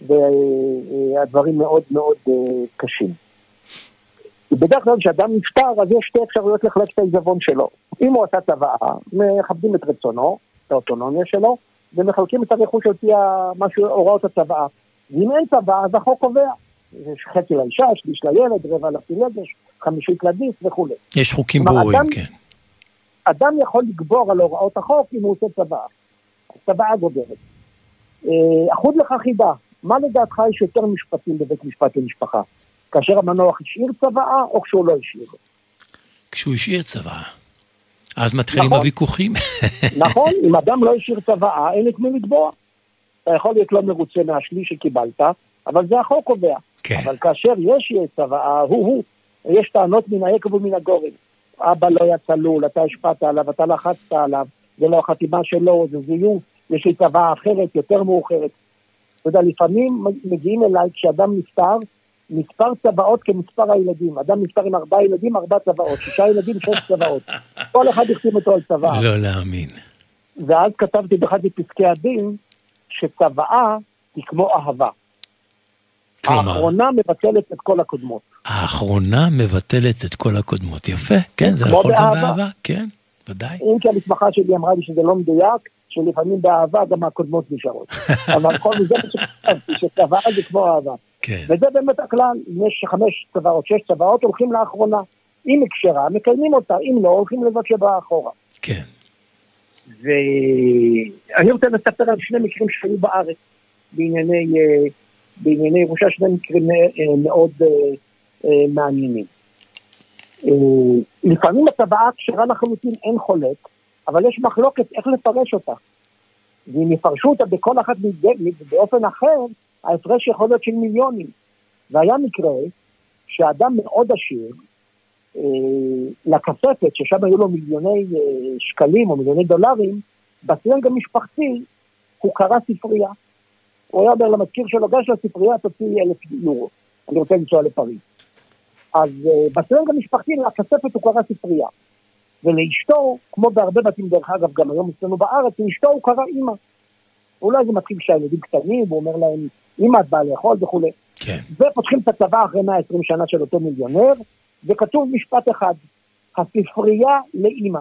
והדברים מאוד מאוד קשים. בדרך כלל כשאדם נפטר, אז יש שתי אפשרויות לחלק את העיזבון שלו. אם הוא עשה צוואה, מכבדים את רצונו, את האוטונומיה שלו, ומחלקים את הרכוש על פי הוראות הצוואה. ואם אין צוואה, אז החוק קובע. יש חצי לאישה, שליש לילד, רבע לפילגש, חמישית לדיס וכו'. יש חוקים ברורים, כן. אדם יכול לגבור על הוראות החוק אם הוא עושה צוואה. צוואה גוברת. אחוד לך חידה, מה לדעתך יש יותר משפטים בבית משפט למשפחה? כאשר המנוח השאיר צוואה או כשהוא לא השאיר? כשהוא השאיר צוואה. אז מתחילים הוויכוחים. נכון, אם אדם לא השאיר צוואה, אין את מי לתבוע. אתה יכול להיות לא מרוצה מהשליש שקיבלת, אבל זה החוק קובע. כן. אבל כאשר יש צוואה, יש טענות מן היקב ומן הגורן. אבא לא היה צלול, אתה השפעת עליו, אתה לחצת עליו, זה לא החתימה שלו, זה זיוף, יש לי צוואה אחרת, יותר מאוחרת. אתה יודע, לפעמים מגיעים אליי כשאדם נפטר, מספר צוואות כמספר הילדים. אדם נפטר עם 4 ילדים, 4 צוואות, 6 ילדים, 6 צוואות. כל אחד החתים אותו על צוואה. לא להאמין. ואז כתבתי באחד מפסקי הדין, שצוואה היא כמו אהבה. האחרונה מבטלת את כל הקודמות. האחרונה מבטלת את כל הקודמות. יפה, כן, זה נכון גם באהבה, כן, ודאי. אם כי המתמחה שלי אמרה לי שזה לא מדויק, שלפעמים באהבה גם הקודמות נשארות. אבל כל זה שצוואה זה כמו אהבה. כן. וזה באמת הכלל, אם יש 5 צוואות, 6 צוואות, הולכים לאחרונה. אם הקשרה, מקיימים אותה, אם לא, הולכים לבד שבאה אחורה. כן. ואני רוצה לספר על 2 מקרים שהיו בארץ, בענייני ירושה, 2 מקרים מאוד מעניינים. לפעמים הצוואה כשרה לחלוטין אין חולק, אבל יש מחלוקת איך לפרש אותה. ואם יפרשו אותה בכל אחת באופן אחר, ההפרש יכול להיות של מיליונים. והיה מקרה שאדם מאוד עשיר, לכספת, ששם היו לו מיליוני שקלים או מיליוני דולרים, בסלנג המשפחתי הוא קרא ספרייה. הוא היה אומר למזכיר שלו, גש לספרייה, תוציא 1,000 יורו. אני רוצה לנסוע לפריז. אז בסלנג המשפחתי, לכספת הוא קרא ספרייה. ולאשתו, כמו בהרבה בתים דרך אגב, גם היום אצלנו בארץ, לאשתו הוא קרא אמא. אולי זה מתחיל כשהילדים קטנים, הוא אומר להם, אמא את באה לאכול וכו'. כן. ופותחים את הצבא אחרי 120 שנה של אותו מיליונר, וכתוב משפט אחד, הספרייה לאמא.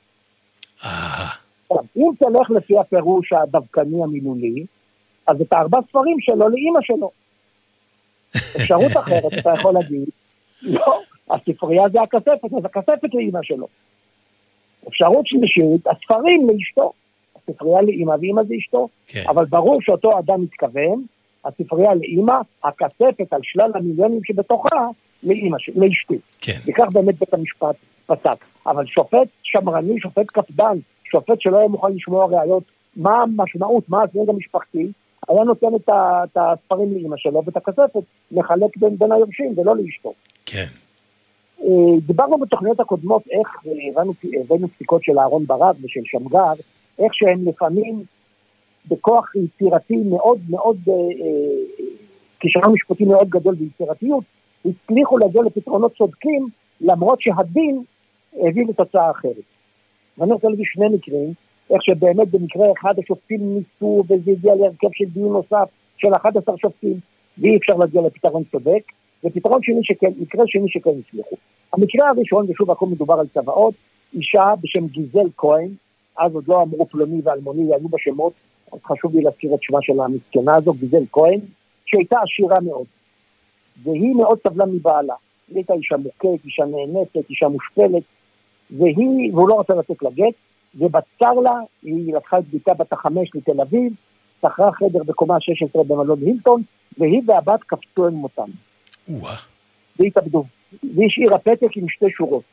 אם תלך לפי הפירוש הדווקני המילולי, אז את 4 ספרים שלו לאמא שלו. אפשרות אחרת, אתה יכול להגיד, לא, הספרייה זה הכספת, אז הכספת לאמא שלו. אפשרות שלישית, הספרים לאשתו. הספרייה לאמא ואמא זה אשתו, כן. אבל ברור שאותו אדם מתכוון, הספרייה לאמא, הכספת על שלל המיליונים שבתוכה, לאשתי. כן. וכך באמת בית המשפט פסק. אבל שופט שמרני, שופט קפדן, שופט שלא היה מוכן לשמוע ראיות, מה המשמעות, מה הסלנג המשפחתי, היה נותן את הספרים לאמא שלו, ואת הכספת מחלק בין היורשים ולא לאשתו. כן. דיברנו בתוכניות הקודמות איך הבאנו פסיקות של אהרון ברק ושל שמגר, איך שהם לפעמים בכוח יצירתי מאוד מאוד, כישרון משפטי מאוד גדול ביצירתיות, הצליחו להגיע לפתרונות צודקים, למרות שהדין הביא לתוצאה אחרת. ואני רוצה להגיד 2 מקרים, איך שבאמת במקרה אחד השופטים ניסו, וזה הגיע להרכב של דיון נוסף של 11 שופטים, ואי אפשר להגיע לפתרון צודק, ופתרון שני שכן, מקרה שני שכן הצליחו. המקרה הראשון, ושוב הכל מדובר על צוואות, אישה בשם גיזל כהן, אז עוד לא אמרו פלוני ואלמוני, היו בשמות, אז חשוב לי להזכיר את שמה של המסכנה הזו, גיזל כהן, שהייתה עשירה מאוד, והיא מאוד סבלה מבעלה. היא הייתה אישה מוכרת, אישה נאנסת, אישה מושפלת, והוא לא רצה לתת לגט, ובצר לה, היא לקחה את ביתה בת 5 לתל אביב, שכרה חדר בקומה 16 במלון הילטון, והיא והבת קפצו עם מותם. והתאבדו. והיא השאירה פתק עם 2 שורות.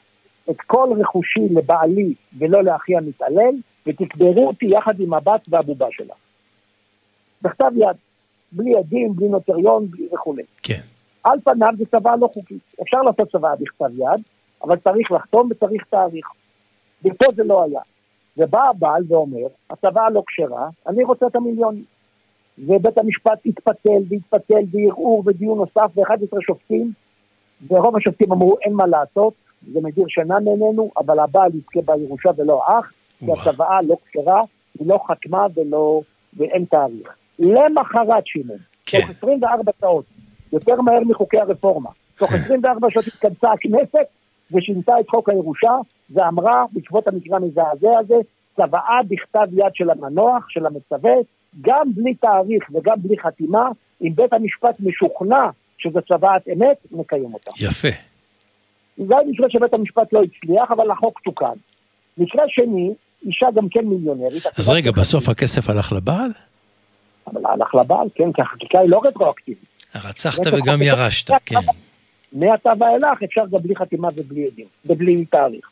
את כל רכושי לבעלי ולא לאחי המתעלל, ותקברו אותי יחד עם הבת והבובה שלה. בכתב יד, בלי עדים, בלי נוטריון, בלי וכו'. כן. על פניו זה צוואה לא חוקית. אפשר לעשות צוואה בכתב יד, אבל צריך לחתום וצריך תאריך. ופה זה לא היה. ובא הבעל ואומר, הצוואה לא כשרה, אני רוצה את המיליונים. ובית המשפט התפתל וערעור ודיון נוסף ו11 שופטים, ורוב השופטים אמרו אין מה לעשות, זה מדיר שינה ממנו, אבל הבעל יזכה בירושה ולא אח, כי הצוואה לא כשרה, היא לא חתמה ואין תאריך. למחרת שמעון, תוך 24 שעות, יותר מהר מחוקי הרפורמה, תוך 24 שעות התכנסה הכנסת ושינתה את חוק הירושה, ואמרה בעקבות המקרה המזעזע הזה, צוואה בכתב יד של המנוח, של המצווה, גם בלי תאריך וגם בלי חתימה, אם בית המשפט משוכנע שזו צוואת אמת, נקיים אותה. יפה. זה מקרה שבית המשפט לא הצליח, אבל החוק תוקן. מקרה שני, אישה גם כן מיליונרית. אז רגע, בסוף הכסף הלך לבעל? אבל הלך לבעל, כן, כי החקיקה היא לא רטרואקטיבית. רצחת וגם ירשת, כן. מעתה ואילך אפשר גם בלי חתימה ובלי עדים, ובלי תאריך.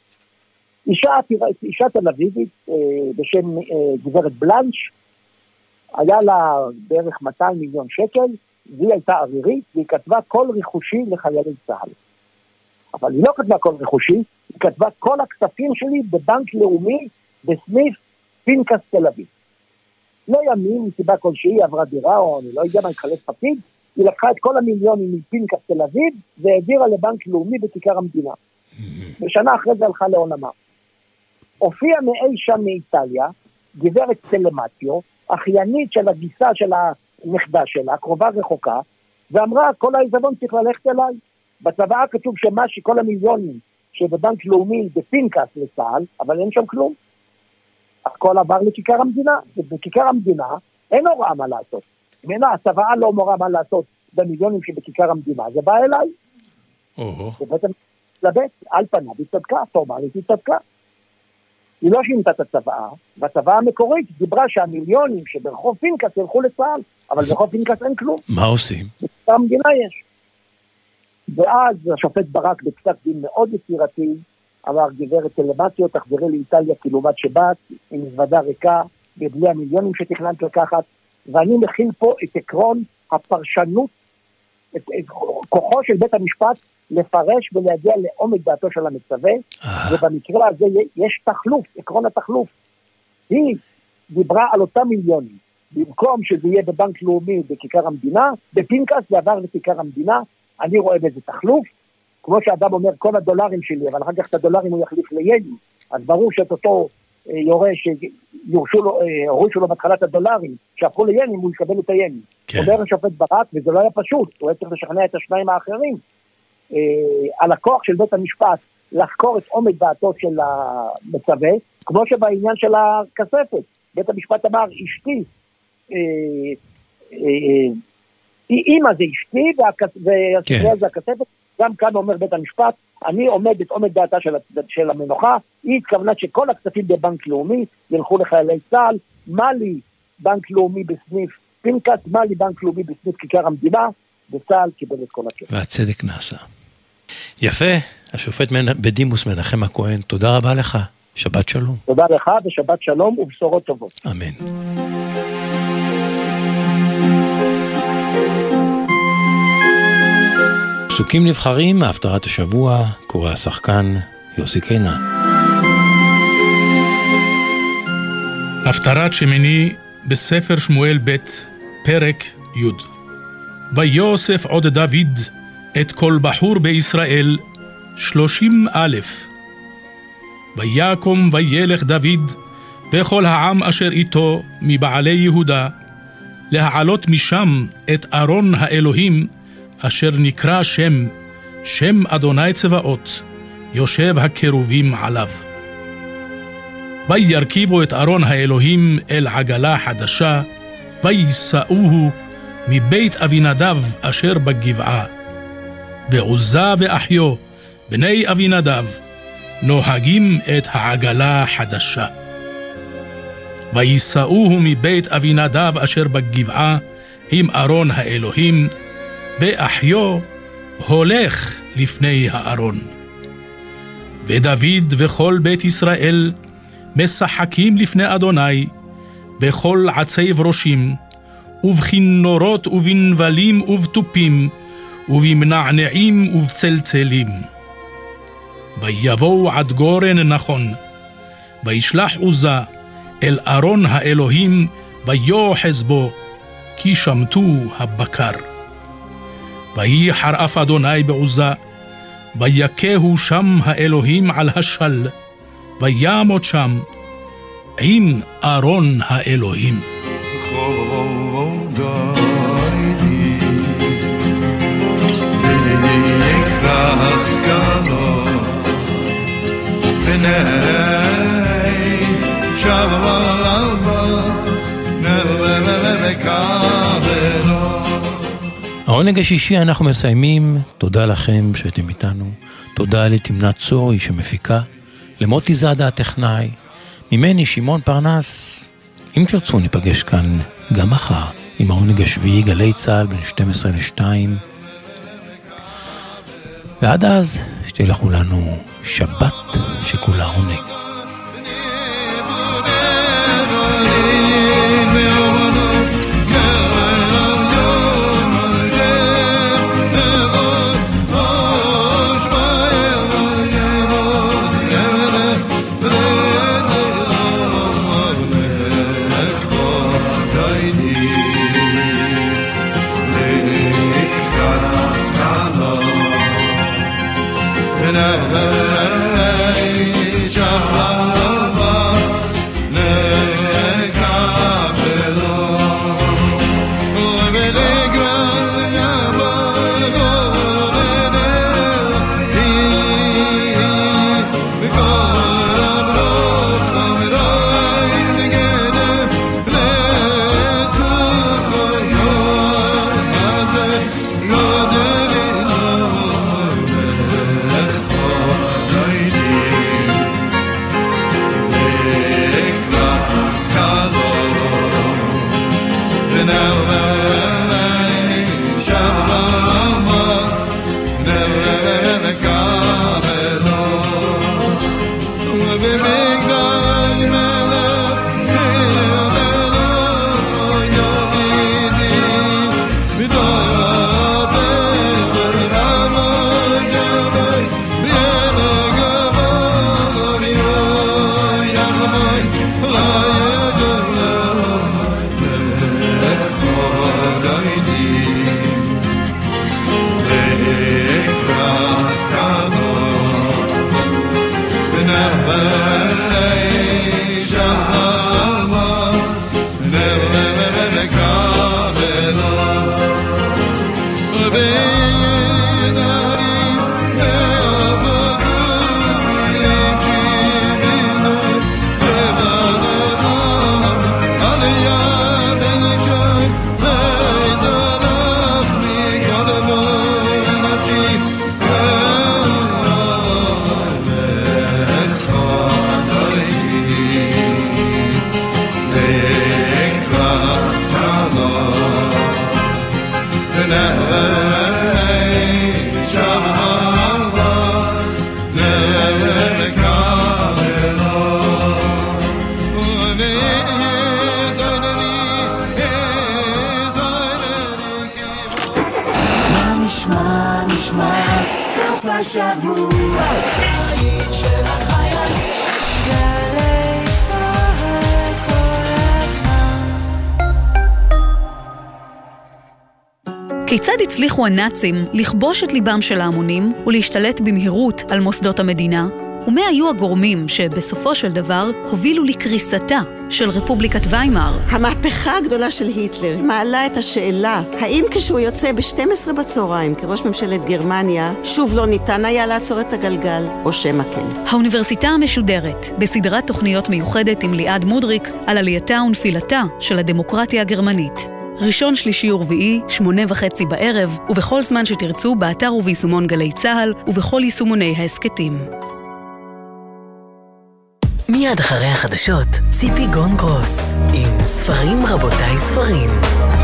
אישה תל אביבית בשם גברת בלנש, היה לה בערך 200 מיליון שקל, והיא הייתה ערירית, והיא כתבה כל רכושי לחיילי צה"ל. אבל היא לא כתבה כל רכושי, היא כתבה כל הכספים שלי בבנק לאומי, בסניף פנקס תל אביב. לא ימים, מסיבה כלשהי, עברה דירה, או אני לא יודע מה, התחלף פקיד, היא לקחה את כל המיליונים מפנקס תל אביב, והעבירה לבנק לאומי בכיכר המדינה. ושנה אחרי זה הלכה לעולמה. הופיע מאי שם מאיטליה, גברת סלמטיו, אחיינית של הגיסה של הנכדה שלה, קרובה רחוקה, ואמרה, כל העיזבון צריך ללכת אליי. בצוואה כתוב כל המיליונים שבבנק לאומי בפנקס לצה"ל, אבל אין שם כלום. הכל עבר לכיכר המדינה, ובכיכר המדינה אין הוראה מה לעשות. הצוואה לא מורה מה לעשות במיליונים שבכיכר המדינה, זה בא אליי. ובעצם לבית, על פניו היא צדקה, פורמלית היא צדקה. היא לא שינתה את הצוואה, והצוואה המקורית דיברה שהמיליונים שברחוב פנקס ילכו לצה"ל, אבל ברחוב פנקס אין כלום. מה עושים? בכיכר המדינה יש. ואז השופט ברק בפסק דין מאוד יצירתי, אמר גברת סלמטיו, תחזרי לאיטליה כלעומת שבת, עם מזוודה ריקה, בבלי המיליונים שתכננת לקחת, ואני מכיל פה את עקרון הפרשנות, את כוחו של בית המשפט, לפרש ולהגיע לעומק דעתו של המצווה, ובמקרה הזה יש תחלוף, עקרון התחלוף. היא דיברה על אותם מיליונים, במקום שזה יהיה בבנק לאומי בכיכר המדינה, בפנקס זה עבר לכיכר המדינה, אני רואה בזה תחלוף, כמו שאדם אומר כל הדולרים שלי, אבל אחר כך את הדולרים הוא יחליף לינים, אז ברור שאת אותו יורה שהורישו לו בהתחלת הדולרים, שהפכו לינים, הוא יקבל את הינים. אומר השופט ברק, וזה לא היה פשוט, הוא היה צריך לשכנע את השניים האחרים, על הכוח של בית המשפט לחקור את עומק דעתו של המצווה, כמו שבעניין של הכספת, בית המשפט אמר, אשתי, אמא זה אשתי, והספרייה זה הכספת, גם כאן אומר בית המשפט, אני עומד את עומק דעתה של המנוחה, היא התכוונה שכל הכספים בבנק לאומי ילכו לחיילי צה"ל, מה לי בנק לאומי בסניף פנקס, מה לי בנק לאומי בסניף כיכר המדינה, וצה"ל קיבל את כל הכסף. והצדק נעשה. יפה, השופט בדימוס מנחם הכהן, תודה רבה לך, שבת שלום. תודה לך ושבת שלום ובשורות טובות. אמן. פסוקים נבחרים מהפטרת השבוע, קורא השחקן יוסי קינן. הפטרת שמיני בספר שמואל ב' פרק י'. ויוסף עוד דוד את כל בחור בישראל 30,000. ויקום וילך דוד וכל העם אשר איתו מבעלי יהודה להעלות משם את ארון האלוהים אשר נקרא שם אדוני צבאות, יושב הקרובים עליו. וירכיבו את ארון האלוהים אל עגלה חדשה, ויישאוהו מבית אבינדב אשר בגבעה. ועוזה ואחיו, בני אבינדב, נוהגים את העגלה החדשה. ויישאוהו מבית אבינדב אשר בגבעה עם ארון האלוהים, ואחיו הולך לפני הארון. ודוד וכל בית ישראל משחקים לפני אדוני בכל עצי ורושים, ובכינורות ובנבלים ובטופים, ובמנענעים ובצלצלים. ויבואו עד גורן נכון, וישלח עוזה אל ארון האלוהים, ויוחז בו, כי שמתו הבקר. ויחר אף אדוני בעוזה, ויכהו שם האלוהים על השל, וימות שם עם ארון האלוהים. העונג השישי אנחנו מסיימים. תודה לכם שאתם איתנו. תודה לתמנת צורי שמפיקה, למוטי זאדה הטכנאי, ממני שמעון פרנס. אם תרצו ניפגש כאן גם מחר עם העונג השביעי, גלי צהל בין 12 ל-2. ועד אז שתהיה לכולנו שבת שכולה עונג. כיצד הצליחו הנאצים לכבוש את ליבם של ההמונים ולהשתלט במהירות על מוסדות המדינה? ומה היו הגורמים שבסופו של דבר הובילו לקריסתה של רפובליקת ויימאר? המהפכה הגדולה של היטלר מעלה את השאלה, האם כשהוא יוצא ב-12 בצהריים כראש ממשלת גרמניה, שוב לא ניתן היה לעצור את הגלגל, או שמא כן? האוניברסיטה המשודרת, בסדרת תוכניות מיוחדת עם ליעד מודריק, על עלייתה ונפילתה של הדמוקרטיה הגרמנית. ראשון, שלישי ורביעי, 8:30 בערב, ובכל זמן שתרצו, באתר וביישומון גלי צהל, ובכל יישומוני העסקתים. מיד אחרי החדשות, ציפי גון גרוס, עם ספרים רבותיי ספרים.